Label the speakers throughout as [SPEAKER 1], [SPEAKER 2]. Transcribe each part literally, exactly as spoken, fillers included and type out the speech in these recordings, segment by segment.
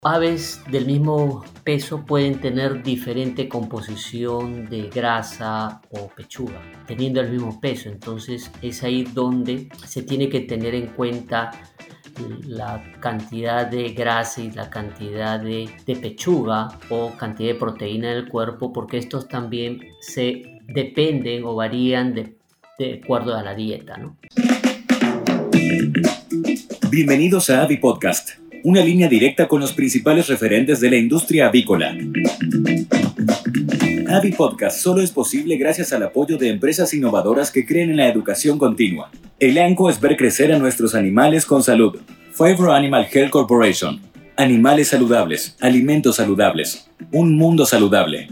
[SPEAKER 1] Aves del mismo peso pueden tener diferente composición de grasa o pechuga, teniendo el mismo peso. Entonces es ahí donde se tiene que tener en cuenta la cantidad de grasa y la cantidad de, de pechuga o cantidad de proteína del cuerpo, porque estos también se dependen o varían de, de acuerdo a la dieta, ¿no?
[SPEAKER 2] Bienvenidos a Avi Podcast, una línea directa con los principales referentes de la industria avícola. Avi Podcast solo es posible gracias al apoyo de empresas innovadoras que creen en la educación continua. El anco es ver crecer a nuestros animales con salud. Phibro Animal Health Corporation. Animales saludables, alimentos saludables, un mundo saludable.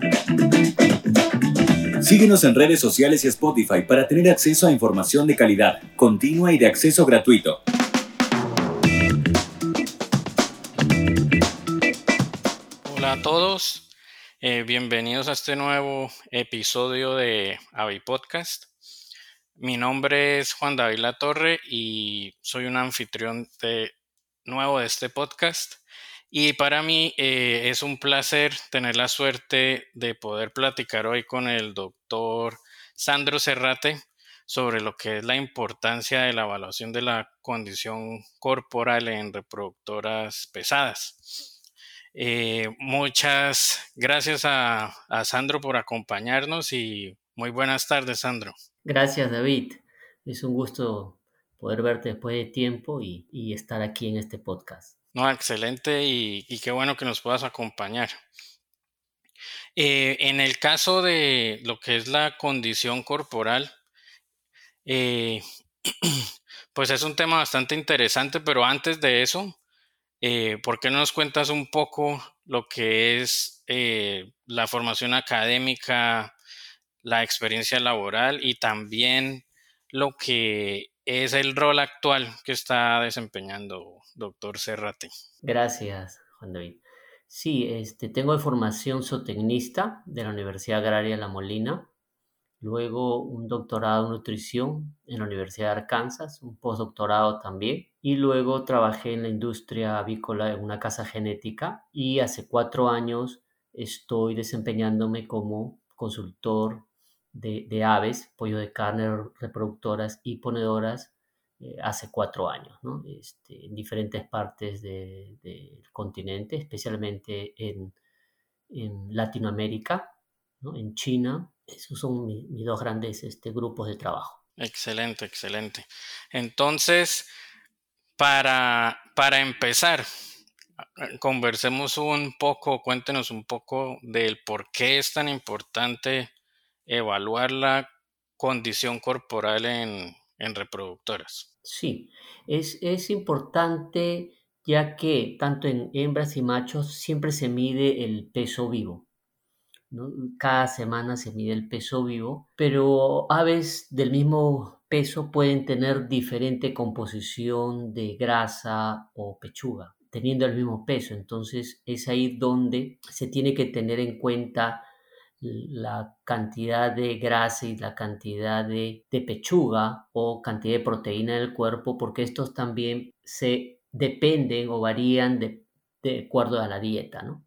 [SPEAKER 2] Síguenos en redes sociales y Spotify para tener acceso a información de calidad, continua y de acceso gratuito.
[SPEAKER 3] Hola a todos, eh, bienvenidos a este nuevo episodio de Avi Podcast. Mi nombre es Juan David Latorre y soy un anfitrión de, nuevo de este podcast. Y para mí eh, es un placer tener la suerte de poder platicar hoy con el doctor Sandro Serrate sobre lo que es la importancia de la evaluación de la condición corporal en reproductoras pesadas. Eh, muchas gracias a, a Sandro por acompañarnos y muy buenas tardes, Sandro.
[SPEAKER 1] Gracias, David. Es un gusto poder verte después de tiempo y, y estar aquí en este podcast.
[SPEAKER 3] No, excelente y, y qué bueno que nos puedas acompañar. Eh, en el caso de lo que es la condición corporal, eh, pues es un tema bastante interesante, pero antes de eso, Eh, ¿por qué no nos cuentas un poco lo que es eh, la formación académica, la experiencia laboral y también lo que es el rol actual que está desempeñando doctor Serrate?
[SPEAKER 1] Gracias, Juan David. Sí, este, tengo de formación zootecnista de la Universidad Agraria La Molina, luego un doctorado en nutrición en la Universidad de Arkansas, un postdoctorado también, y luego trabajé en la industria avícola en una casa genética y hace cuatro años estoy desempeñándome como consultor de, de aves, pollo de carne, reproductoras y ponedoras eh, hace cuatro años, ¿no? Este, en diferentes partes de- del continente, especialmente en, en Latinoamérica, ¿no? En China. Esos son mi- mis dos grandes este, grupos de trabajo.
[SPEAKER 3] Excelente, excelente. Entonces, para, para empezar, conversemos un poco, cuéntenos un poco del por qué es tan importante evaluar la condición corporal en, en reproductoras.
[SPEAKER 1] Sí, es, es importante ya que tanto en hembras y machos siempre se mide el peso vivo, ¿no? Cada semana se mide el peso vivo, pero aves del mismo peso pueden tener diferente composición de grasa o pechuga, teniendo el mismo peso. Entonces es ahí donde se tiene que tener en cuenta la cantidad de grasa y la cantidad de, de pechuga o cantidad de proteína del cuerpo, porque estos también se dependen o varían de, de acuerdo a la dieta, ¿no?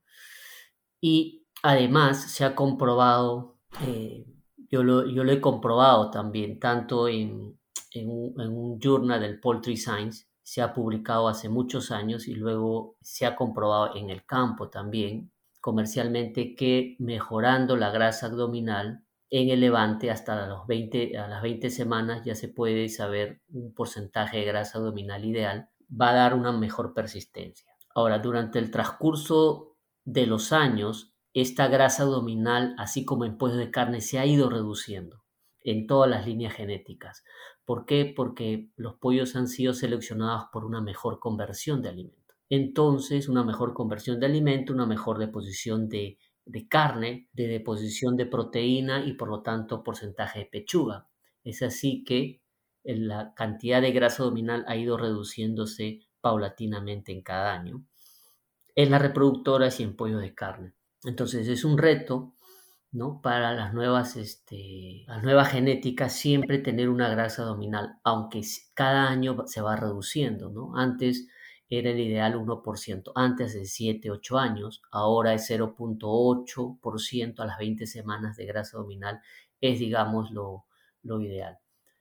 [SPEAKER 1] Y además se ha comprobado, eh, yo, lo, yo lo he comprobado también, tanto en, en, un, en un journal del Poultry Science, se ha publicado hace muchos años y luego se ha comprobado en el campo también, comercialmente, que mejorando la grasa abdominal en el levante hasta los veinte, a las veinte semanas ya se puede saber un porcentaje de grasa abdominal ideal, va a dar una mejor persistencia. Ahora, durante el transcurso de los años, esta grasa abdominal, así como en pollo de carne, se ha ido reduciendo en todas las líneas genéticas. ¿Por qué? Porque los pollos han sido seleccionados por una mejor conversión de alimento. Entonces, una mejor conversión de alimento, una mejor deposición de, de carne, de deposición de proteína y por lo tanto porcentaje de pechuga. Es así que la cantidad de grasa abdominal ha ido reduciéndose paulatinamente en cada año en las reproductoras y en pollo de carne. Entonces es un reto, ¿no? Para las nuevas, este, las nuevas genéticas siempre tener una grasa abdominal, aunque cada año se va reduciendo, ¿no? Antes era el ideal uno por ciento, antes de siete, ocho años, ahora es cero punto ocho por ciento a las veinte semanas de grasa abdominal, es, digamos, lo, lo ideal.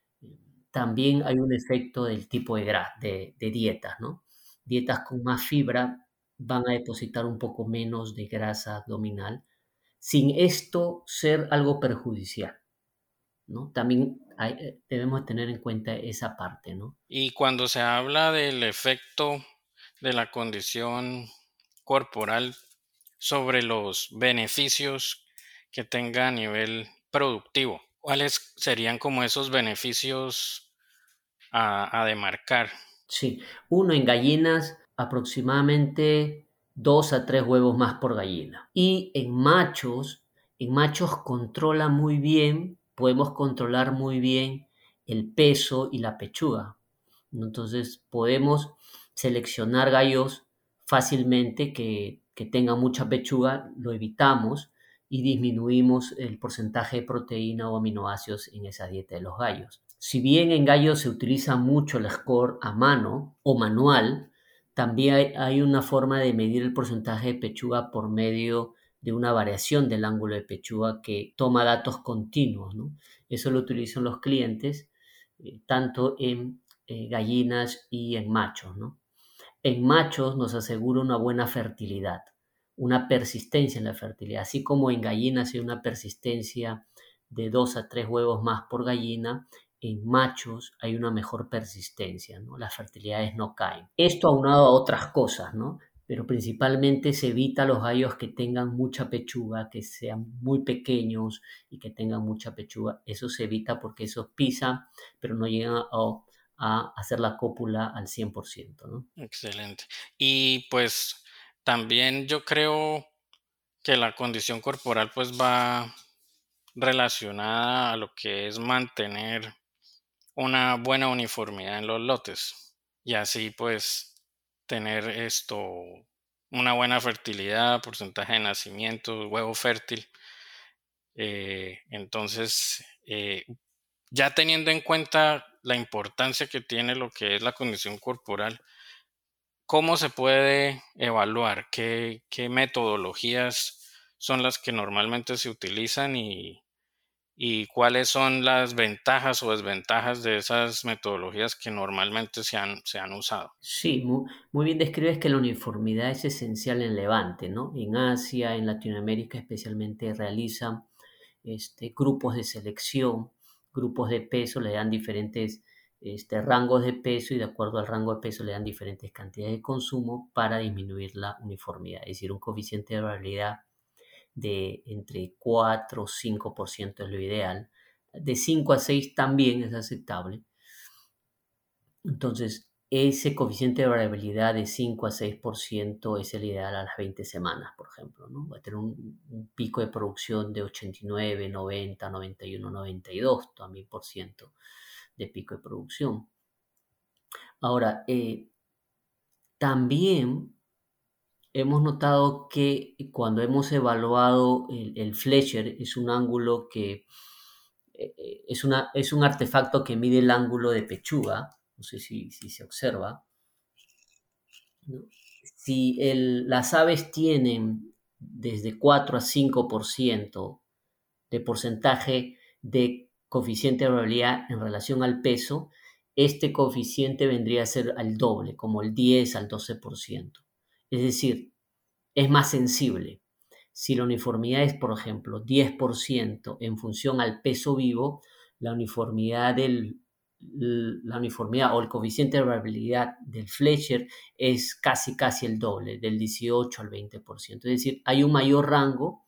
[SPEAKER 1] También hay un efecto del tipo de, gra- de, de dietas, ¿no? Dietas con más fibra van a depositar un poco menos de grasa abdominal, sin esto ser algo perjudicial, ¿no? También hay- eh, debemos tener en cuenta esa parte, ¿no?
[SPEAKER 3] Y cuando se habla del efecto de la condición corporal sobre los beneficios que tenga a nivel productivo, ¿cuáles serían como esos beneficios a, a demarcar?
[SPEAKER 1] Sí, uno en gallinas aproximadamente dos a tres huevos más por gallina. Y en machos, en machos controla muy bien, podemos controlar muy bien el peso y la pechuga, ¿no? Entonces podemos seleccionar gallos fácilmente que, que tengan mucha pechuga, lo evitamos y disminuimos el porcentaje de proteína o aminoácidos en esa dieta de los gallos. Si bien en gallos se utiliza mucho el score a mano o manual, también hay, hay una forma de medir el porcentaje de pechuga por medio de una variación del ángulo de pechuga que toma datos continuos, ¿no? Eso lo utilizan los clientes eh, tanto en eh, gallinas y en machos, ¿no? En machos nos asegura una buena fertilidad, una persistencia en la fertilidad, así como en gallinas hay una persistencia de dos a tres huevos más por gallina, en machos hay una mejor persistencia, ¿no? Las fertilidades no caen. Esto aunado a otras cosas, ¿no? Pero principalmente se evita los gallos que tengan mucha pechuga, que sean muy pequeños y que tengan mucha pechuga. Eso se evita porque esos pisan, pero no llegan a, a hacer la cópula al cien por ciento, ¿no?
[SPEAKER 3] Excelente. Y pues también yo creo que la condición corporal pues va relacionada a lo que es mantener una buena uniformidad en los lotes y así pues tener esto, una buena fertilidad, porcentaje de nacimiento, huevo fértil. Eh, entonces, eh, ya teniendo en cuenta la importancia que tiene lo que es la condición corporal, ¿cómo se puede evaluar? ¿Qué, qué metodologías son las que normalmente se utilizan y, y cuáles son las ventajas o desventajas de esas metodologías que normalmente se han, se han usado?
[SPEAKER 1] Sí, mu- muy, bien describes que la uniformidad es esencial en Levante, ¿no? En Asia, en Latinoamérica especialmente realizan este, grupos de selección, grupos de peso, le dan diferentes este, rangos de peso y de acuerdo al rango de peso le dan diferentes cantidades de consumo para disminuir la uniformidad, es decir, un coeficiente de variabilidad de entre cuatro o cinco por ciento es lo ideal, de cinco a seis también es aceptable. Entonces, ese coeficiente de variabilidad de cinco a seis por ciento es el ideal a las veinte semanas, por ejemplo, ¿no? Va a tener un, un pico de producción de ochenta y nueve, noventa, noventa y uno, noventa y dos también por ciento de pico de producción. Ahora, eh, también hemos notado que cuando hemos evaluado el, el Fletcher, es un ángulo que eh, eh, es, una, es un artefacto que mide el ángulo de pechuga, no sé si, si se observa, ¿no? Si el- las aves tienen desde cuatro a cinco por ciento de porcentaje de coeficiente de probabilidad en relación al peso, este coeficiente vendría a ser al doble, como el diez al doce por ciento. Es decir, es más sensible. Si la uniformidad es, por ejemplo, diez por ciento en función al peso vivo, la uniformidad del la uniformidad o el coeficiente de variabilidad del Fletcher es casi casi el doble, del dieciocho al veinte por ciento. Es decir, hay un mayor rango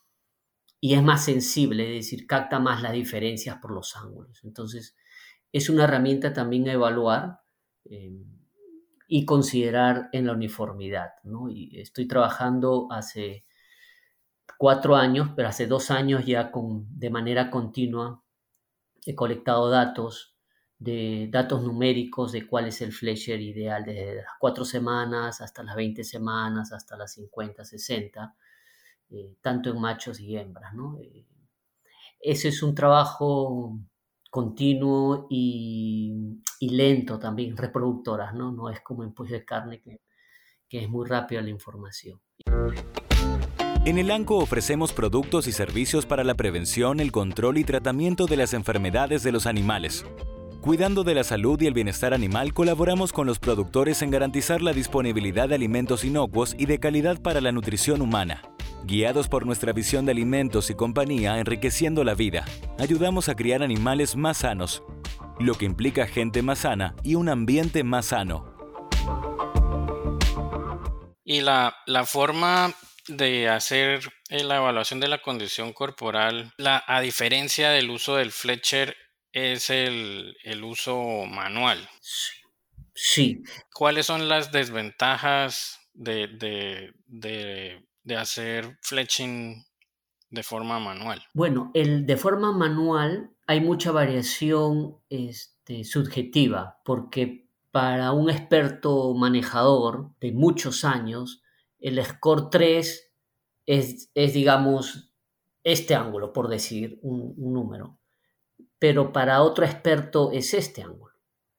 [SPEAKER 1] y es más sensible, es decir, capta más las diferencias por los ángulos. Entonces, es una herramienta también a evaluar eh, y considerar en la uniformidad, ¿no? Y estoy trabajando hace cuatro años, pero hace dos años ya con, de manera continua he colectado datos de datos numéricos de cuál es el Fletcher ideal desde las cuatro semanas hasta las veinte semanas, hasta las cincuenta, sesenta, eh, tanto en machos y hembras, ¿no? Eh, ese es un trabajo continuo y, y lento también, reproductoras, ¿no? No es como en pollo de carne que, que es muy rápida la información.
[SPEAKER 2] En Elanco ofrecemos productos y servicios para la prevención, el control y tratamiento de las enfermedades de los animales. Cuidando de la salud y el bienestar animal, colaboramos con los productores en garantizar la disponibilidad de alimentos inocuos y de calidad para la nutrición humana. Guiados por nuestra visión de alimentos y compañía enriqueciendo la vida, ayudamos a criar animales más sanos, lo que implica gente más sana y un ambiente más sano.
[SPEAKER 3] Y la, la forma de hacer eh, la evaluación de la condición corporal, la, a diferencia del uso del Fletcher, es el, el uso manual.
[SPEAKER 1] Sí. Sí.
[SPEAKER 3] ¿Cuáles son las desventajas de, de, de, de hacer fletching de forma manual?
[SPEAKER 1] Bueno, el, de forma manual hay mucha variación este, subjetiva, porque para un experto manejador de muchos años, el score tres es, es digamos, este ángulo, por decir un, un número, pero para otro experto es este ángulo.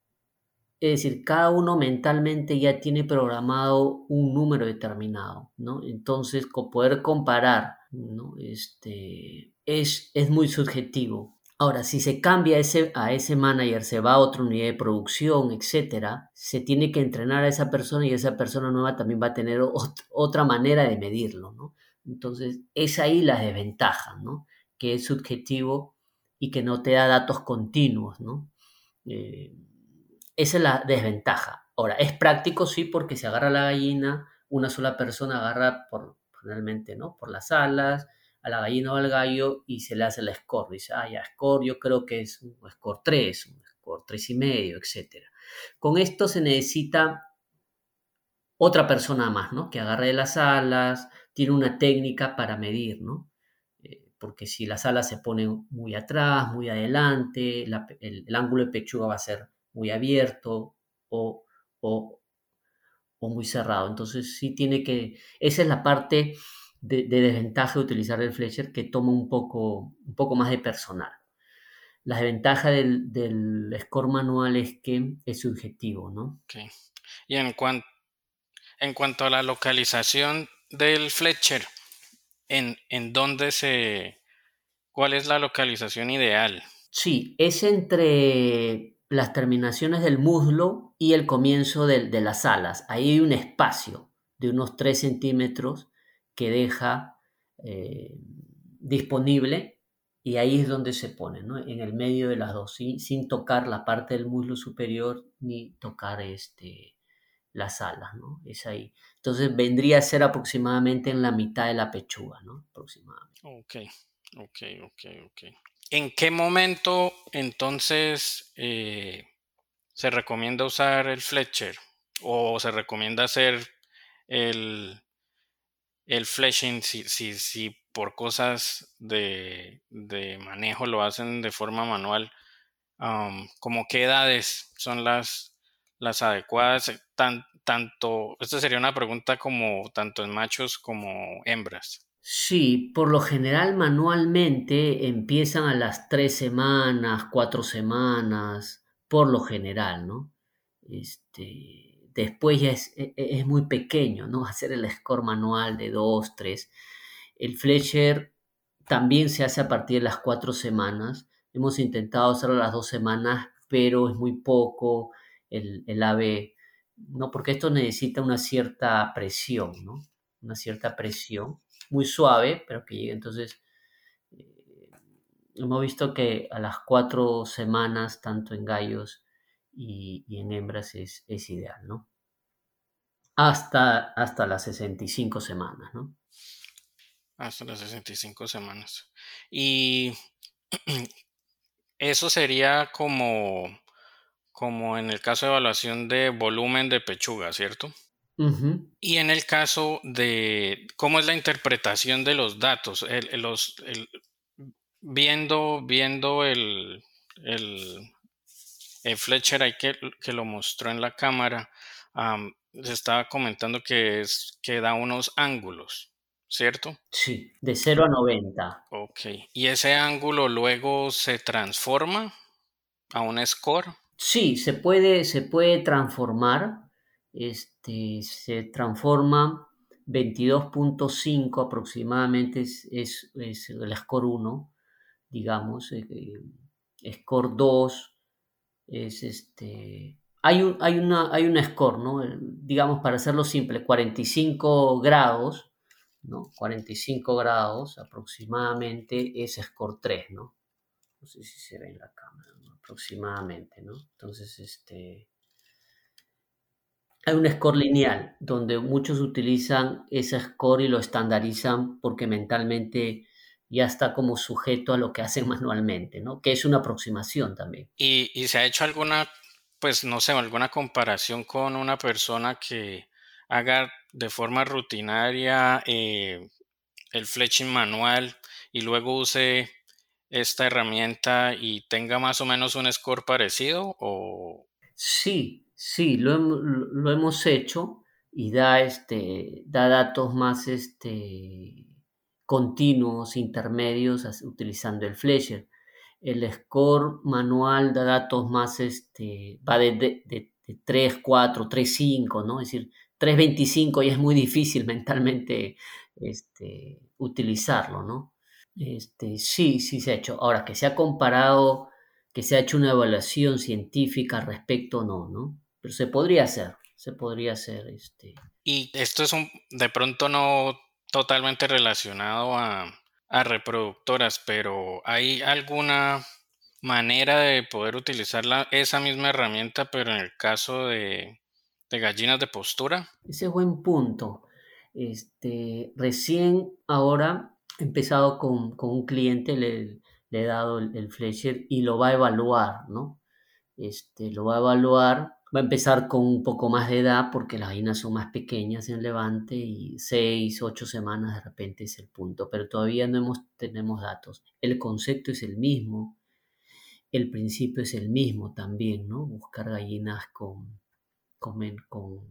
[SPEAKER 1] Es decir, cada uno mentalmente ya tiene programado un número determinado, ¿no? Entonces, co- poder comparar, ¿no? Este, es, es muy subjetivo. Ahora, si se cambia ese, a ese manager, se va a otra unidad de producción, etcétera, se tiene que entrenar a esa persona y esa persona nueva también va a tener ot- otra manera de medirlo, ¿no? Entonces, es ahí la desventaja, ¿no? Que es subjetivo y que no te da datos continuos, ¿no? Eh, esa es la desventaja. Ahora, es práctico, sí, porque se agarra la gallina, una sola persona agarra por, generalmente, ¿no? Por las alas, a la gallina o al gallo y se le hace la score. Dice, ah, ya, score, yo creo que es un score tres, un score tres y medio, etcétera. Con esto se necesita otra persona más, ¿no? Que agarre de las alas, tiene una técnica para medir, ¿no? Eh, porque si las alas se ponen muy atrás, muy adelante, la- el, el ángulo de pechuga va a ser muy abierto o, o, o muy cerrado. Entonces sí tiene que, esa es la parte de, de desventaja de utilizar el Fletcher que toma un poco, un poco más de personal. La desventaja del, del score manual es que es subjetivo, ¿no?
[SPEAKER 3] Okay. Y en, cuan- en cuanto a la localización del Fletcher, ¿en, en dónde se, cuál es la localización ideal?
[SPEAKER 1] Sí, es entre las terminaciones del muslo y el comienzo del- de las alas. Ahí hay un espacio de unos tres centímetros que deja eh, disponible y ahí es donde se pone, ¿no? En el medio de las dos, ¿sí? Sin tocar la parte del muslo superior ni tocar este, las alas, ¿no? Es ahí. Entonces vendría a ser aproximadamente en la mitad de la pechuga, ¿no? Aproximadamente.
[SPEAKER 3] Ok, ok, ok, ok. ¿En qué momento entonces eh, se recomienda usar el Fletcher? ¿O se recomienda hacer el, el fleshing si, si, si por cosas de, de manejo lo hacen de forma manual? Um, ¿Cómo qué edades son las, las adecuadas? Eh, Tan, tanto, esta sería una pregunta como tanto en machos como hembras.
[SPEAKER 1] Sí, por lo general manualmente empiezan a las tres semanas, cuatro semanas, por lo general, ¿no? Este, después ya es, e- e- es muy pequeño, ¿no? Hacer el score manual de dos, tres. El Fletcher también se hace a partir de las cuatro semanas. Hemos intentado hacerlo a las dos semanas, pero es muy poco el, el ave, ¿no? Porque esto necesita una cierta presión, ¿no? Una cierta presión muy suave, pero que llegue. Entonces, eh, hemos visto que a las cuatro semanas, tanto en gallos y, y en hembras, es, es ideal, ¿no? Hasta, hasta las sesenta y cinco semanas, ¿no?
[SPEAKER 3] Hasta las sesenta y cinco semanas. Y eso sería como, como en el caso de evaluación de volumen de pechuga, ¿cierto?
[SPEAKER 1] Ujú.
[SPEAKER 3] Y en el caso de cómo es la interpretación de los datos, el, el- los, el- viendo, viendo el, el, el Fletcher ahí que, que lo mostró en la cámara, am, se estaba comentando que es que da unos ángulos, ¿cierto?
[SPEAKER 1] Sí, de cero a noventa.
[SPEAKER 3] Ok. ¿Y ese ángulo luego se transforma? a un score.
[SPEAKER 1] Sí, se puede, se puede transformar, este, se transforma veintidós punto cinco aproximadamente es, es, es el score uno, digamos, eh, eh, score dos es este, hay un, hay una, hay un score, ¿no? El- digamos, para hacerlo simple, cuarenta y cinco grados, ¿no? cuarenta y cinco grados aproximadamente es score tres, ¿no? No sé si se ve en la cámara, ¿no? Aproximadamente, ¿no? Entonces, este, hay un score lineal donde muchos utilizan ese score y lo estandarizan porque mentalmente ya está como sujeto a lo que hacen manualmente, ¿no? Que es una aproximación también.
[SPEAKER 3] Y, y se ha hecho alguna, pues no sé, alguna comparación con una persona que haga de forma rutinaria eh, el fletching manual y luego use esta herramienta y tenga más o menos un score parecido o...
[SPEAKER 1] Sí, sí, lo, hem- lo hemos hecho y da, este, da datos más este, continuos, intermedios, as- utilizando el Fletcher. El score manual da datos más, este, va de, de, de, de tres, cuatro, tres, cinco, ¿no? Es decir, tres veinticinco ya es muy difícil mentalmente este, utilizarlo, ¿no? Este, sí, sí se ha hecho. Ahora, que se ha comparado, que se ha hecho una evaluación científica al respecto, no, ¿no? Pero se podría hacer, se podría hacer, este.
[SPEAKER 3] Y esto es un, de pronto no totalmente relacionado a, a reproductoras, pero ¿hay alguna manera de poder utilizar la- esa misma herramienta, pero en el caso de, de gallinas de postura?
[SPEAKER 1] Ese es buen punto. Este, recién ahora he empezado con, con un cliente, le, le he dado el, el Fletcher y lo va a evaluar, ¿no? Este, lo va a evaluar, va a empezar con un poco más de edad porque las gallinas son más pequeñas en levante y seis, ocho semanas de repente es el punto, pero todavía no hemos, tenemos datos. El concepto es el mismo, el principio es el mismo también, ¿no? Buscar gallinas con, con, men- con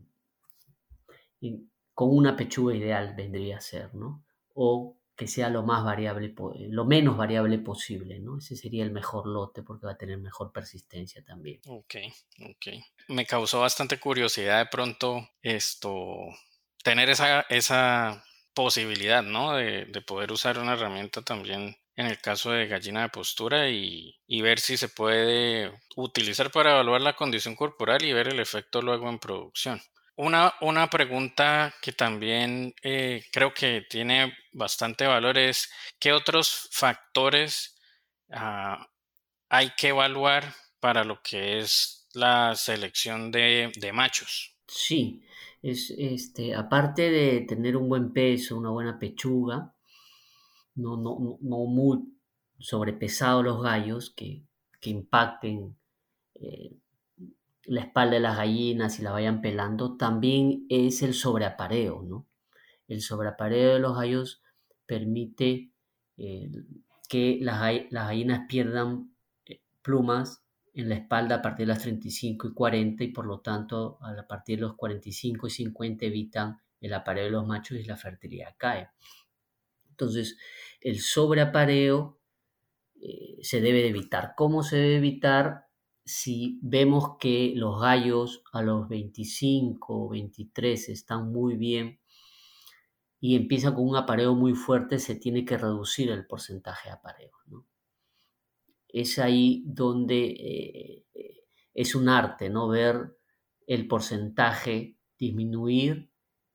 [SPEAKER 1] y con una pechuga ideal vendría a ser, ¿no? O que sea lo más variable, po- lo menos variable posible, ¿no? Ese sería el mejor lote porque va a tener mejor persistencia también.
[SPEAKER 3] Ok, ok. Me causó bastante curiosidad de pronto esto, tener esa, esa posibilidad, ¿no? De, de poder usar una herramienta también en el caso de gallina de postura y, y ver si se puede utilizar para evaluar la condición corporal y ver el efecto luego en producción. Una, una pregunta que también eh, creo que tiene bastante valor es, ¿qué otros factores ah, hay que evaluar para lo que es la selección de, de machos?
[SPEAKER 1] Sí, es este, aparte de tener un buen peso, una buena pechuga, no, no, no, no muy sobrepesados los gallos que, que impacten eh, la espalda de las gallinas y la vayan pelando, también es el sobreapareo, ¿no? El sobreapareo de los gallos permite eh, que las, gall- las gallinas pierdan eh, plumas en la espalda a partir de las treinta y cinco y cuarenta y por lo tanto a partir de los cuarenta y cinco y cincuenta evitan el apareo de los machos y la fertilidad cae. Entonces, el sobreapareo eh, se debe de evitar. ¿Cómo se debe evitar? Si vemos que los gallos a los veinticinco o veintitrés están muy bien y empieza con un apareo muy fuerte, se tiene que reducir el porcentaje de apareo, ¿no? Es ahí donde eh, eh, es un arte, ¿no? Ver el porcentaje disminuir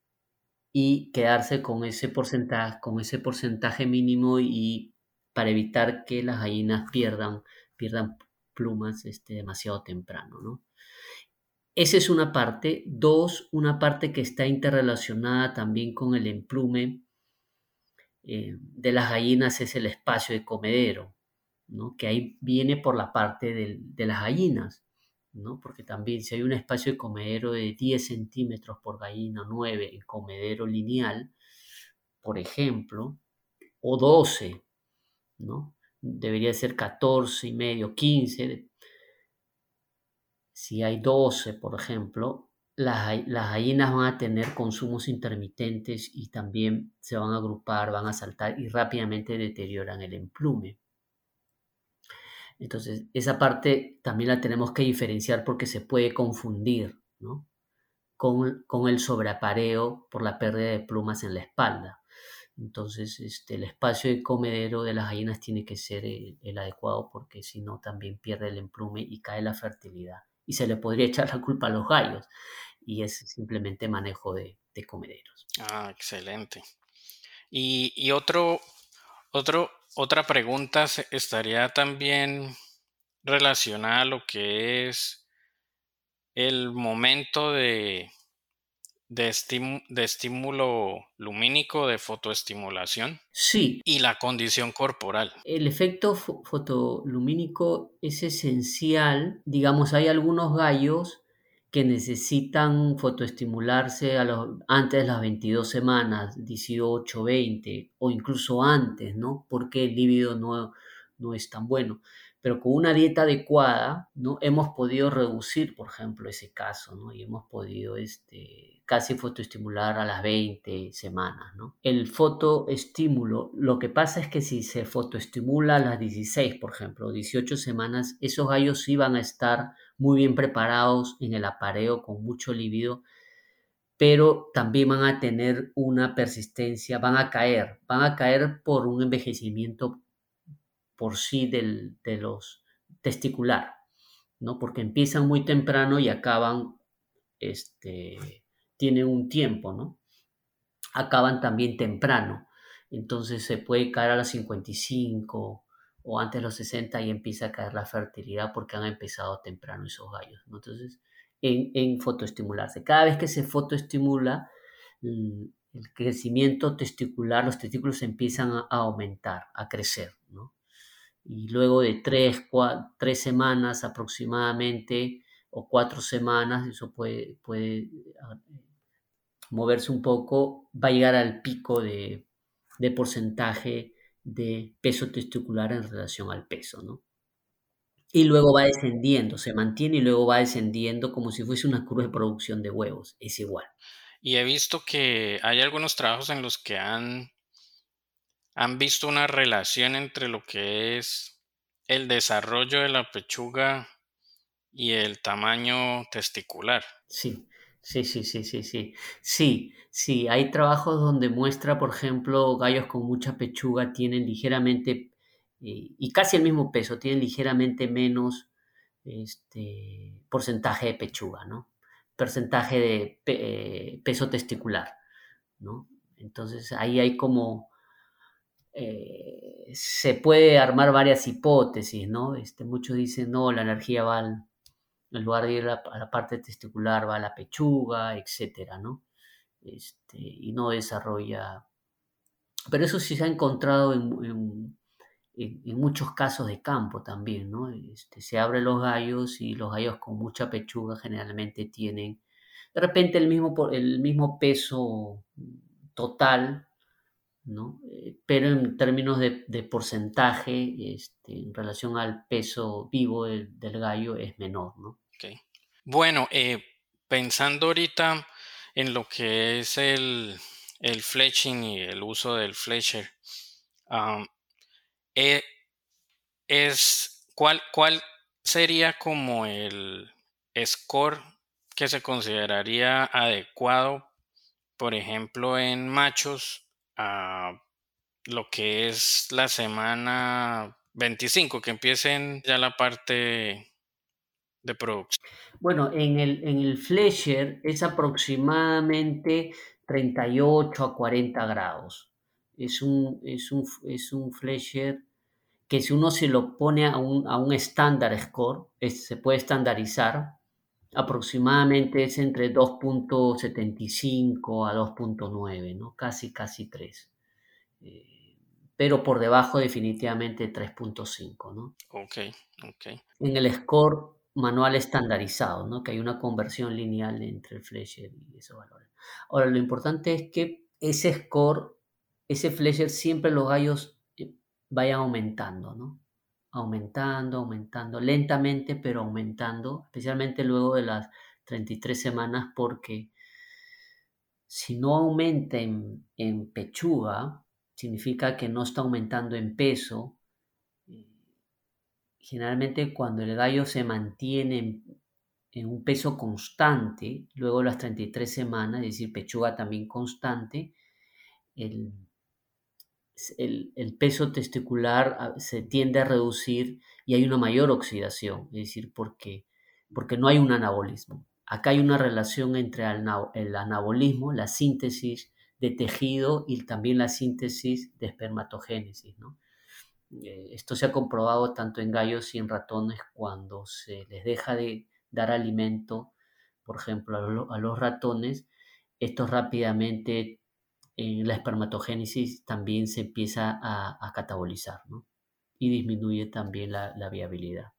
[SPEAKER 1] y quedarse con ese porcentaje, con ese porcentaje mínimo y para evitar que las gallinas pierdan, pierdan plumas este, demasiado temprano, ¿no? Esa es una parte. Dos, una parte que está interrelacionada también con el emplume eh, de las gallinas es el espacio de comedero, ¿no? Que ahí viene por la parte del- de las gallinas, ¿no? Porque también si hay un espacio de comedero de diez centímetros por gallina, nueve en comedero lineal, por ejemplo, o doce, ¿no? Debería ser catorce y medio, quince. Si hay doce, por ejemplo, las, ga- las gallinas van a tener consumos intermitentes y también se van a agrupar, van a saltar y rápidamente deterioran el emplume. Entonces, esa parte también la tenemos que diferenciar porque se puede confundir, ¿no? Con, con el sobreapareo por la pérdida de plumas en la espalda. Entonces, este, el espacio de comedero de las gallinas tiene que ser el, el adecuado porque si no también pierde el emplume y cae la fertilidad. Y se le podría echar la culpa a los gallos y es simplemente manejo de, de comederos.
[SPEAKER 3] Ah, excelente. Y, y otro, otro, otra pregunta se- estaría también relacionada a lo que es el momento de, de, estímu- de estímulo lumínico, de fotoestimulación
[SPEAKER 1] Sí,
[SPEAKER 3] y la condición corporal.
[SPEAKER 1] el efecto fo- fotolumínico es esencial. Digamos, hay algunos gallos que necesitan fotoestimularse a los, antes de las veintidós semanas, dieciocho, veinte o incluso antes, ¿no? Porque el líbido no, no es tan bueno. Pero con una dieta adecuada, ¿no? Hemos podido reducir, por ejemplo, ese caso, ¿no? Y hemos podido este, casi fotoestimular a las veinte semanas, ¿no? El fotoestímulo, lo que pasa es que si se fotoestimula a las dieciséis, por ejemplo, dieciocho semanas, esos gallos sí van a estar muy bien preparados en el apareo con mucho líbido, pero también van a tener una persistencia, van a caer, van a caer por un envejecimiento por sí del, de los testicular, ¿no? Porque empiezan muy temprano y acaban, este, tienen un tiempo, ¿no? Acaban también temprano. Entonces se puede caer a los cincuenta y cinco o antes de los sesenta y empieza a caer la fertilidad porque han empezado temprano esos gallos, ¿no? Entonces, en, en fotoestimularse. Cada vez que se fotoestimula, el, el crecimiento testicular, los testículos empiezan a, a aumentar, a crecer, ¿no? Y luego de tres, cua- tres semanas aproximadamente o cuatro semanas, eso puede, puede ah, moverse un poco, va a llegar al pico de, de porcentaje de peso testicular en relación al peso, ¿no? Y luego va descendiendo, se mantiene y luego va descendiendo como si fuese una curva de producción de huevos, es igual.
[SPEAKER 3] Y he visto que hay algunos trabajos en los que han, han visto una relación entre lo que es el desarrollo de la pechuga y el tamaño testicular.
[SPEAKER 1] Sí, sí, sí, sí, sí, sí. Sí, sí, hay trabajos donde muestra, por ejemplo, gallos con mucha pechuga tienen ligeramente, eh, y casi el mismo peso, tienen ligeramente menos este, porcentaje de pechuga, ¿no? Porcentaje de pe- eh, peso testicular, ¿no? Entonces ahí hay como, eh, se puede armar varias hipótesis, ¿no? Este, muchos dicen, no, la energía va al, en lugar de ir a, a la parte testicular, va a la pechuga, etcétera, ¿no? Este, y no desarrolla. Pero eso sí se ha encontrado en, en- en- en muchos casos de campo también, ¿no? Este, se abren los gallos y los gallos con mucha pechuga generalmente tienen de repente el mismo, por- el mismo peso total, ¿no? Eh, pero en términos de, de porcentaje, este, en relación al peso vivo del, del gallo es menor, ¿no?
[SPEAKER 3] Ok. Bueno, eh, pensando ahorita en lo que es el, el fletching y el uso del fletcher, am, eh, es, ¿cuál, cuál sería como el score que se consideraría adecuado, por ejemplo, en machos, a lo que es la semana veinticinco, que empiecen ya la parte de producción?
[SPEAKER 1] Bueno, en el, en el Fleischer es aproximadamente treinta y ocho a cuarenta grados. Es un, es un, es un Fleischer que si uno se lo pone a un, a un estándar score, es- se puede estandarizar, aproximadamente es entre dos punto setenta y cinco a dos punto nueve, ¿no? Casi, casi tres. Eh, pero por debajo definitivamente de tres punto cinco, ¿no?
[SPEAKER 3] Ok, ok.
[SPEAKER 1] En el score manual estandarizado, ¿no? Que hay una conversión lineal entre el Fletcher y esos valores. Ahora, lo importante es que ese score, ese Fletcher, siempre los gallos eh, vayan aumentando, ¿no? Aumentando, aumentando, lentamente, pero aumentando, especialmente luego de las treinta y tres semanas, porque si no aumenta en, en pechuga, significa que no está aumentando en peso, eh, generalmente cuando el gallo se mantiene en, en un peso constante, luego de las treinta y tres semanas, es decir, pechuga también constante, el, el, el peso testicular ah, se tiende a reducir y hay una mayor oxidación, es decir, porque, porque no hay un anabolismo. Acá hay una relación entre el, el anabolismo, la síntesis de tejido y también la síntesis de espermatogénesis, ¿no? Eh, esto se ha comprobado tanto en gallos y en ratones cuando se les deja de dar alimento, por ejemplo, a, lo, a los ratones, estos rápidamente en la espermatogénesis también se empieza a, a catabolizar, ¿no? Y disminuye también la, la viabilidad.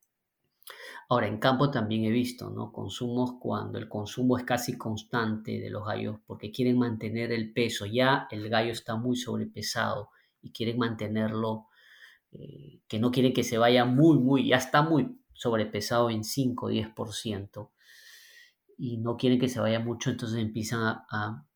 [SPEAKER 1] Ahora, en campo también he visto, ¿no? Consumos cuando el consumo es casi constante de los gallos porque quieren mantener el peso. Ya el gallo está muy sobrepesado y quieren mantenerlo, eh, que no quieren que se vaya muy, muy, ya está muy sobrepesado en cinco o diez por ciento y no quieren que se vaya mucho, entonces empiezan a, a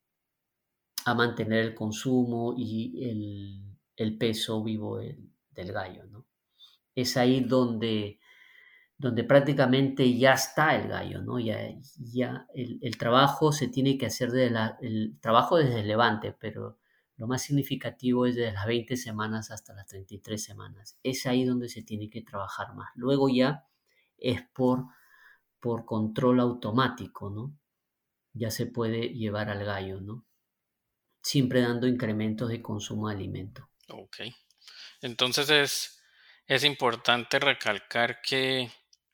[SPEAKER 1] a mantener el consumo y el, el peso vivo del, del gallo, ¿no? Es ahí donde, donde prácticamente ya está el gallo, ¿no? Ya, ya el, el trabajo se tiene que hacer desde la, el trabajo desde el levante, pero lo más significativo es desde las veinte semanas hasta las treinta y tres semanas. Es ahí donde se tiene que trabajar más. Luego ya es por, por control automático, ¿no? Ya se puede llevar al gallo, ¿no? Siempre dando incrementos de consumo de alimento.
[SPEAKER 3] Ok. Entonces es, es importante recalcar que,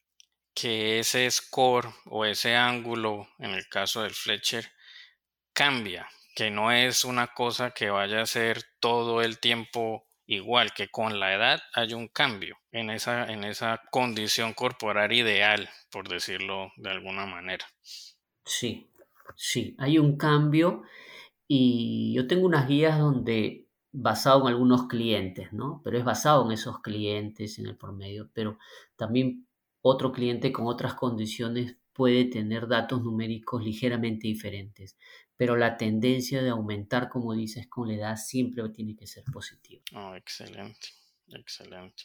[SPEAKER 3] que ese score o ese ángulo, en el caso del Fletcher, cambia, que no es una cosa que vaya a ser todo el tiempo igual, que con la edad hay un cambio en esa, en esa condición corporal ideal, por decirlo de alguna manera.
[SPEAKER 1] Sí, sí, hay un cambio y yo tengo unas guías donde basado en algunos clientes, ¿no? Pero es basado en esos clientes, en el promedio, pero también otro cliente con otras condiciones puede tener datos numéricos ligeramente diferentes, pero la tendencia de aumentar, como dices, con la edad siempre tiene que ser positiva.
[SPEAKER 3] Oh, excelente, excelente.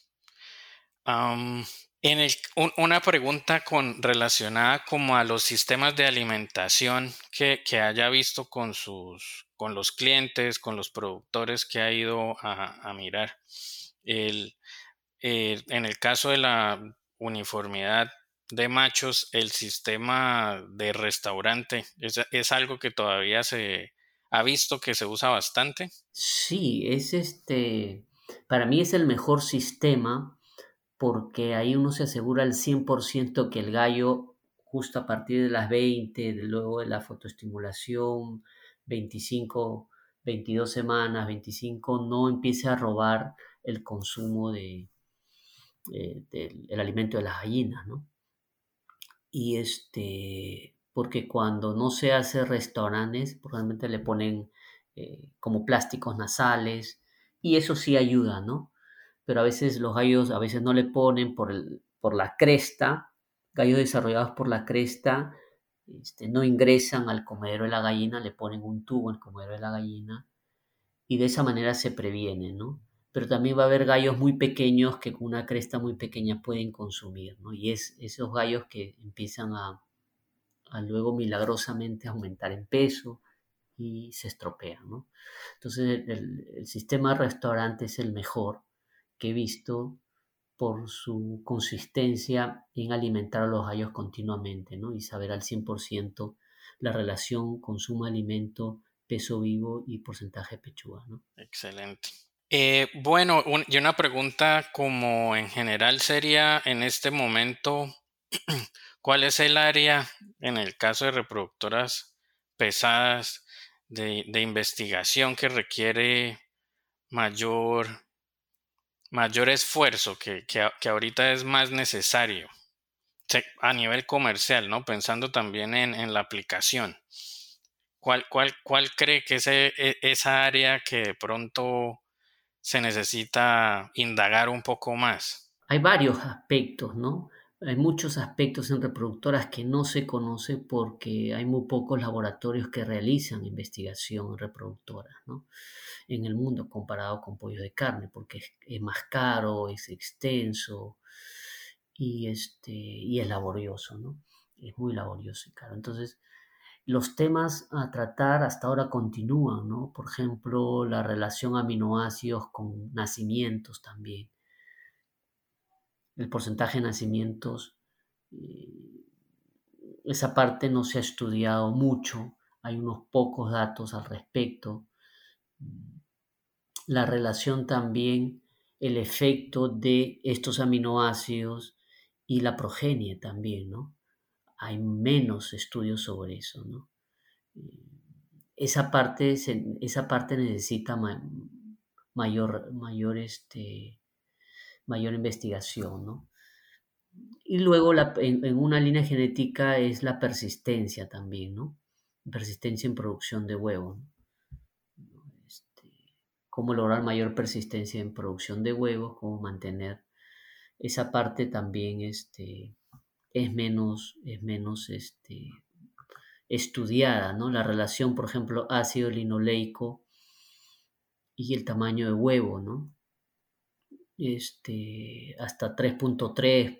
[SPEAKER 3] Um, en el, un, una pregunta con, relacionada como a los sistemas de alimentación que, que haya visto con sus, con los clientes, con los productores que ha ido a, a mirar. El, eh, en el caso de la uniformidad de machos, el sistema de restaurante es, es algo que todavía se ha visto que se usa bastante.
[SPEAKER 1] Sí, es este, para mí es el mejor sistema porque ahí uno se asegura al cien por ciento que el gallo, justo a partir de las veinte, de luego de la fotoestimulación, veinticinco, veintidós semanas, veinticinco, no empiece a robar el consumo de, eh, del el alimento de las gallinas, ¿no? Y este, porque cuando no se hace restaurantes, probablemente le ponen eh, como plásticos nasales y eso sí ayuda, ¿no? Pero a veces los gallos a veces no le ponen por, el, por la cresta, gallos desarrollados por la cresta, este, no ingresan al comedero de la gallina, le ponen un tubo al comedero de la gallina y de esa manera se previene, ¿no? Pero también va a haber gallos muy pequeños que con una cresta muy pequeña pueden consumir, ¿no? Y es esos gallos que empiezan a, a luego milagrosamente aumentar en peso y se estropean, ¿no? Entonces el, el sistema de restaurante es el mejor que he visto por su consistencia en alimentar a los gallos continuamente, ¿no? Y saber al cien por ciento la relación consumo-alimento, peso vivo y porcentaje de pechuga, ¿no?
[SPEAKER 3] Excelente. Eh, bueno, un- y una pregunta como en general sería en este momento, ¿cuál es el área en el caso de reproductoras pesadas de, de investigación que requiere mayor, mayor esfuerzo, que, que, a- que ahorita es más necesario se- a nivel comercial, ¿no? Pensando también en, en la aplicación. ¿Cuál, cuál, cuál cree que es e- e- esa área que de pronto se necesita indagar un poco más?
[SPEAKER 1] Hay varios aspectos, ¿no? Hay muchos aspectos en reproductoras que no se conoce porque hay muy pocos laboratorios que realizan investigación en reproductoras, ¿no? en el mundo comparado con pollo de carne, porque es, es más caro, es extenso y, este, y es laborioso, ¿no? Es muy laborioso y caro. Entonces, los temas a tratar hasta ahora continúan, ¿no? Por ejemplo, la relación aminoácidos con nacimientos también. El porcentaje de nacimientos, eh, esa parte no se ha estudiado mucho, hay unos pocos datos al respecto. La relación también, el efecto de estos aminoácidos y la progenie también, ¿no? Hay menos estudios sobre eso, ¿no? Esa parte, se- esa parte necesita ma- mayor, mayor, este, mayor investigación, ¿no? Y luego la- en, en una línea genética es la persistencia también, ¿no? Persistencia en producción de huevos, ¿no? Este, cómo lograr mayor persistencia en producción de huevos, cómo mantener esa parte también, este, es menos, es menos, este, estudiada, ¿no? La relación, por ejemplo, ácido linoleico y el tamaño de huevo, ¿no? Este, hasta tres punto tres,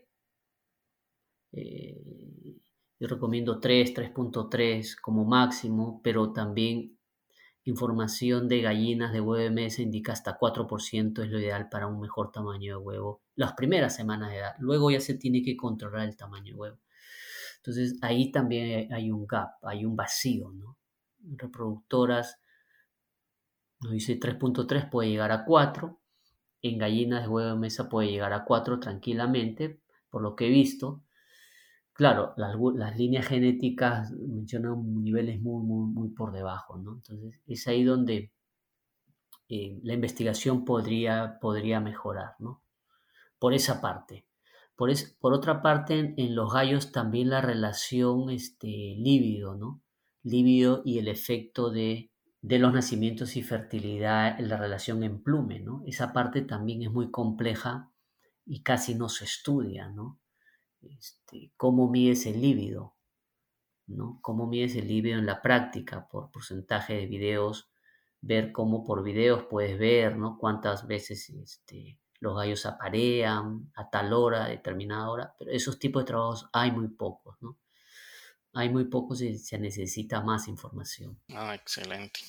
[SPEAKER 1] eh, yo recomiendo tres, tres punto tres como máximo, pero también información de gallinas de huevo de mesa indica hasta cuatro por ciento es lo ideal para un mejor tamaño de huevo las primeras semanas de edad. Luego ya se tiene que controlar el tamaño de huevo. Entonces ahí también hay un gap, hay un vacío, ¿no? Reproductoras, nos dice tres punto tres puede llegar a cuatro, en gallinas de huevo de mesa puede llegar a cuatro tranquilamente, por lo que he visto. Claro, las, las líneas genéticas mencionan niveles muy, muy, muy por debajo, ¿no? Entonces es ahí donde eh, la investigación podría, podría mejorar, ¿no? Por esa parte. Por, es, por otra parte, en, en, los gallos también la relación este, líbido, ¿no? Líbido y el efecto de, de los nacimientos y fertilidad en la relación en plume, ¿no? Esa parte también es muy compleja y casi no se estudia, ¿no? Este, ¿Cómo mides el líbido? ¿No? ¿Cómo mides el líbido en la práctica? Por porcentaje de videos, ver cómo por videos puedes ver, ¿no? Cuántas veces este, los gallos aparean a tal hora, a determinada hora, pero esos tipos de trabajos hay muy pocos, ¿no? Hay muy pocos y se necesita más información.
[SPEAKER 3] Ah, excelente.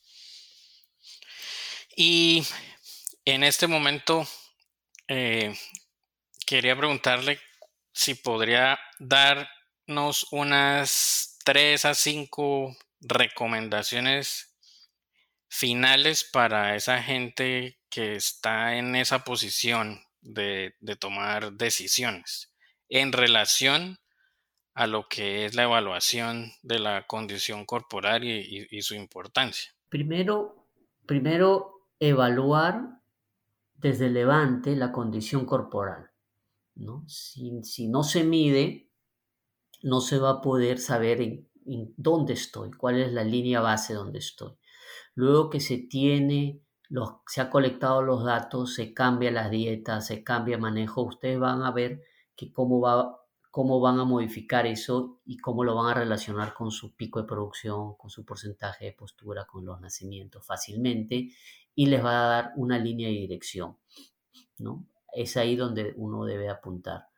[SPEAKER 3] Y en este momento eh, quería preguntarle si podría darnos unas tres a cinco recomendaciones finales para esa gente que está en esa posición de, de tomar decisiones en relación a lo que es la evaluación de la condición corporal y, y, y su importancia.
[SPEAKER 1] Primero, primero evaluar desde el levante la condición corporal, ¿no? Si, si no se mide, no se va a poder saber en, en dónde estoy, cuál es la línea base donde estoy. Luego que se tiene, los, se ha colectado los datos, se cambia las dietas, se cambia el manejo, ustedes van a ver que cómo, va, cómo van a modificar eso y cómo lo van a relacionar con su pico de producción, con su porcentaje de postura, con los nacimientos fácilmente y les va a dar una línea de dirección, ¿no? Es ahí donde uno debe apuntar.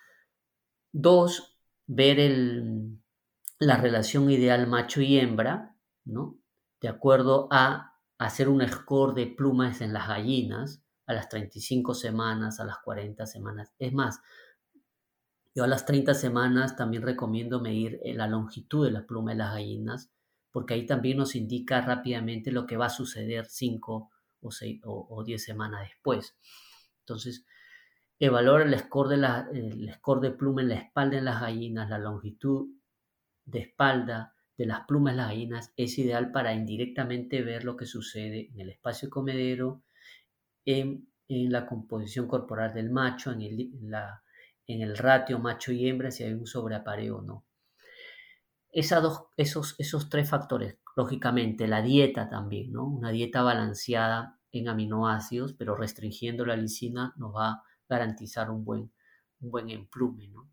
[SPEAKER 1] Dos, ver el, la relación ideal macho y hembra, ¿no? De acuerdo a hacer un score de plumas en las gallinas a las treinta y cinco semanas, a las cuarenta semanas. Es más, yo a las treinta semanas también recomiendo medir la longitud de la pluma de las gallinas, porque ahí también nos indica rápidamente lo que va a suceder cinco o, seis, o, o diez semanas después. Entonces, evaluar el score, de la, el score de pluma en la espalda en las gallinas, la longitud de espalda de las plumas de las gallinas es ideal para indirectamente ver lo que sucede en el espacio comedero, en, en la composición corporal del macho, en el, en, la, en el ratio macho y hembra, si hay un sobreapareo o no. Esas dos, esos, esos tres factores, lógicamente, la dieta también, ¿no? Una dieta balanceada en aminoácidos, pero restringiendo la lisina nos va a garantizar un buen, un buen emplume, ¿no?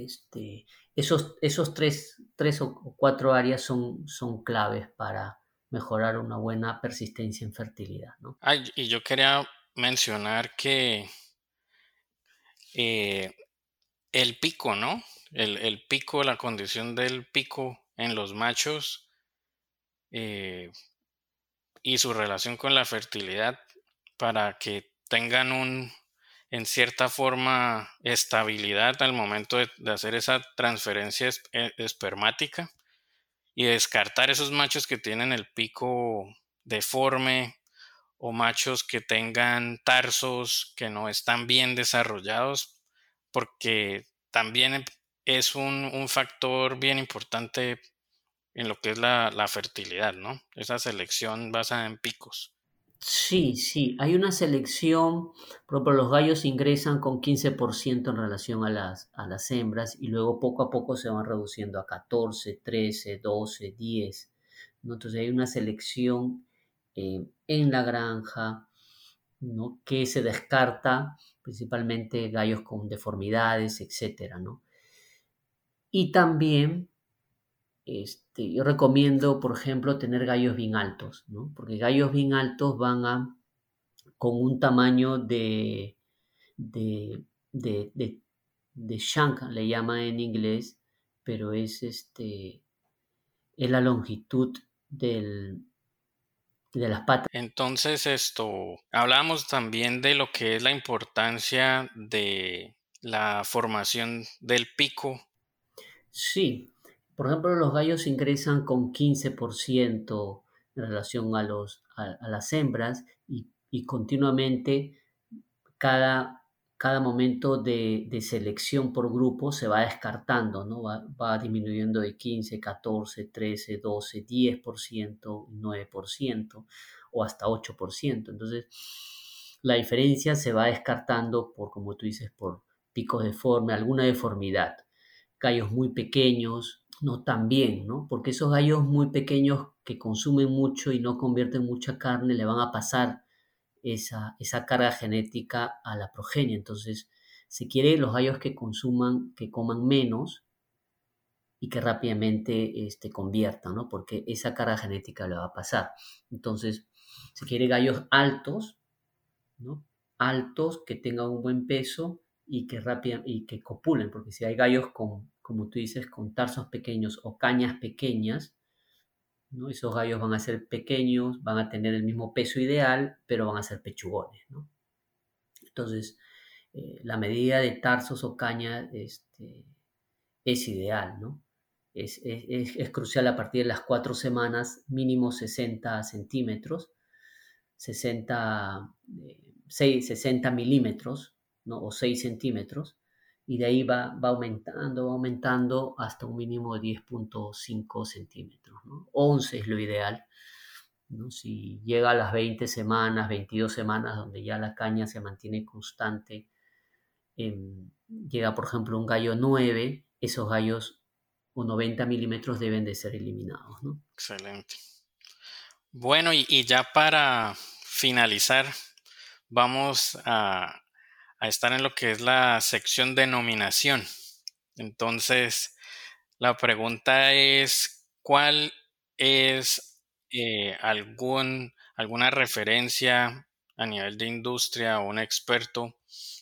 [SPEAKER 1] Este, esos esos tres, tres o cuatro áreas son, son claves para mejorar una buena persistencia en fertilidad, ¿no?
[SPEAKER 3] Ay, y yo quería mencionar que eh, el pico, ¿no? El, el pico, la condición del pico en los machos eh, y su relación con la fertilidad para que tengan un, en cierta forma, estabilidad al momento de, de hacer esa transferencia es- eh, espermática y descartar esos machos que tienen el pico deforme o machos que tengan tarsos que no están bien desarrollados, porque también es un, un factor bien importante en lo que es la, la fertilidad, ¿no? Esa selección basada en picos.
[SPEAKER 1] Sí, sí, hay una selección, por ejemplo, los gallos ingresan con quince por ciento en relación a las, a las hembras y luego poco a poco se van reduciendo a catorce, trece, doce, diez, ¿no? Entonces hay una selección eh, en la granja, ¿no? Que se descarta principalmente gallos con deformidades, etcétera, ¿no? Y también este, yo recomiendo, por ejemplo, tener gallos bien altos, ¿no? Porque gallos bien altos van a con un tamaño de, de, de, de, de shank, le llama en inglés, pero es, este, es la longitud del, de las patas.
[SPEAKER 3] Entonces, esto, hablamos también de lo que es la importancia de la formación del pico.
[SPEAKER 1] Sí, por ejemplo, los gallos ingresan con quince por ciento en relación a, los, a, a las hembras y, y continuamente cada, cada momento de, de selección por grupo se va descartando, ¿no? Va, va disminuyendo de quince, catorce, trece, doce, diez por ciento, nueve por ciento o hasta ocho por ciento. Entonces, la diferencia se va descartando por, como tú dices, por picos deformes, alguna deformidad. Gallos muy pequeños, no tan bien, ¿no? Porque esos gallos muy pequeños que consumen mucho y no convierten mucha carne le van a pasar esa, esa carga genética a la progenie. Entonces, se quiere los gallos que consuman, que coman menos y que rápidamente este, conviertan, ¿no? Porque esa carga genética le va a pasar. Entonces, se quiere gallos altos, ¿no? Altos, que tengan un buen peso y que rápida, y que copulen, porque si hay gallos con, como tú dices, con tarsos pequeños o cañas pequeñas, ¿no? Esos gallos van a ser pequeños, van a tener el mismo peso ideal, pero van a ser pechugones, ¿no? Entonces, eh, la medida de tarsos o caña este, es ideal, ¿no? Es, es- es- es crucial a partir de las cuatro semanas, mínimo sesenta centímetros, sesenta, eh, seis- sesenta milímetros, ¿no? O seis centímetros, y de ahí va, va aumentando, va aumentando hasta un mínimo de diez punto cinco centímetros, ¿no? once es lo ideal, ¿no? Si llega a las veinte semanas, veintidós semanas, donde ya la caña se mantiene constante, em, llega por ejemplo un gallo nueve, esos gallos o noventa milímetros deben de ser eliminados, ¿no?
[SPEAKER 3] Excelente. Bueno, y, y ya para finalizar, vamos a, a estar en lo que es la sección de nominación. Entonces, la pregunta es, ¿cuál es eh, algún, alguna referencia a nivel de industria o un experto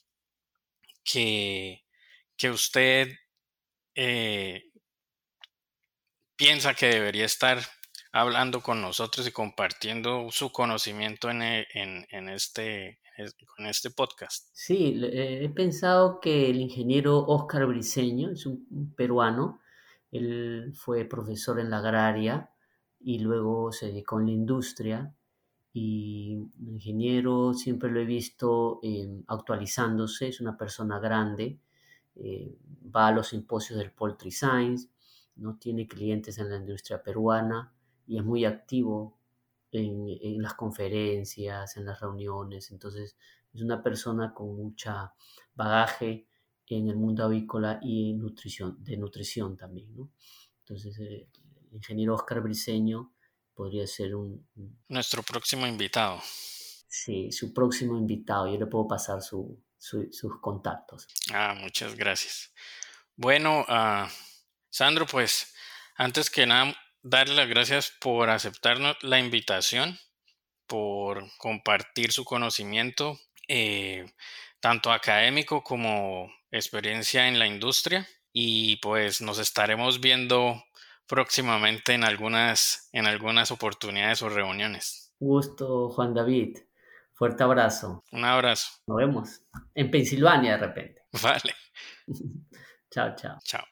[SPEAKER 3] que, que usted eh, piensa que debería estar hablando con nosotros y compartiendo su conocimiento en, e- en- en este, es- con este podcast?
[SPEAKER 1] Sí, le- eh, he pensado que el ingeniero Oscar Briceño es un, un peruano. Él fue profesor en la agraria y luego se dedicó en la industria. Y el ingeniero siempre lo he visto eh, actualizándose, es una persona grande, eh, va a los simposios del Poultry Science, no tiene clientes en la industria peruana y es muy activo en, en las conferencias, en las reuniones. Entonces, es una persona con mucha bagaje en el mundo avícola y en nutrición, de nutrición también, ¿no? Entonces, eh, el ingeniero Oscar Briceño podría ser un, un-
[SPEAKER 3] Nuestro próximo invitado.
[SPEAKER 1] sí, su próximo invitado. Yo le puedo pasar su- su- sus contactos.
[SPEAKER 3] Ah, muchas gracias. Bueno, ah, Sandro, pues antes que nada, darle las gracias por aceptarnos la invitación, por compartir su conocimiento, eh, tanto académico como experiencia en la industria. Y pues nos estaremos viendo próximamente en algunas, en algunas oportunidades o reuniones.
[SPEAKER 1] Gusto, Juan David. Fuerte abrazo.
[SPEAKER 3] Un abrazo.
[SPEAKER 1] Nos vemos en Pensilvania de repente.
[SPEAKER 3] Vale.
[SPEAKER 1] Chao, chao.
[SPEAKER 3] Chao.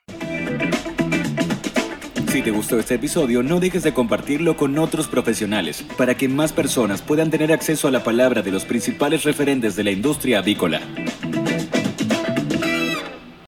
[SPEAKER 2] Si te gustó este episodio, no dejes de compartirlo con otros profesionales para que más personas puedan tener acceso a la palabra de los principales referentes de la industria avícola.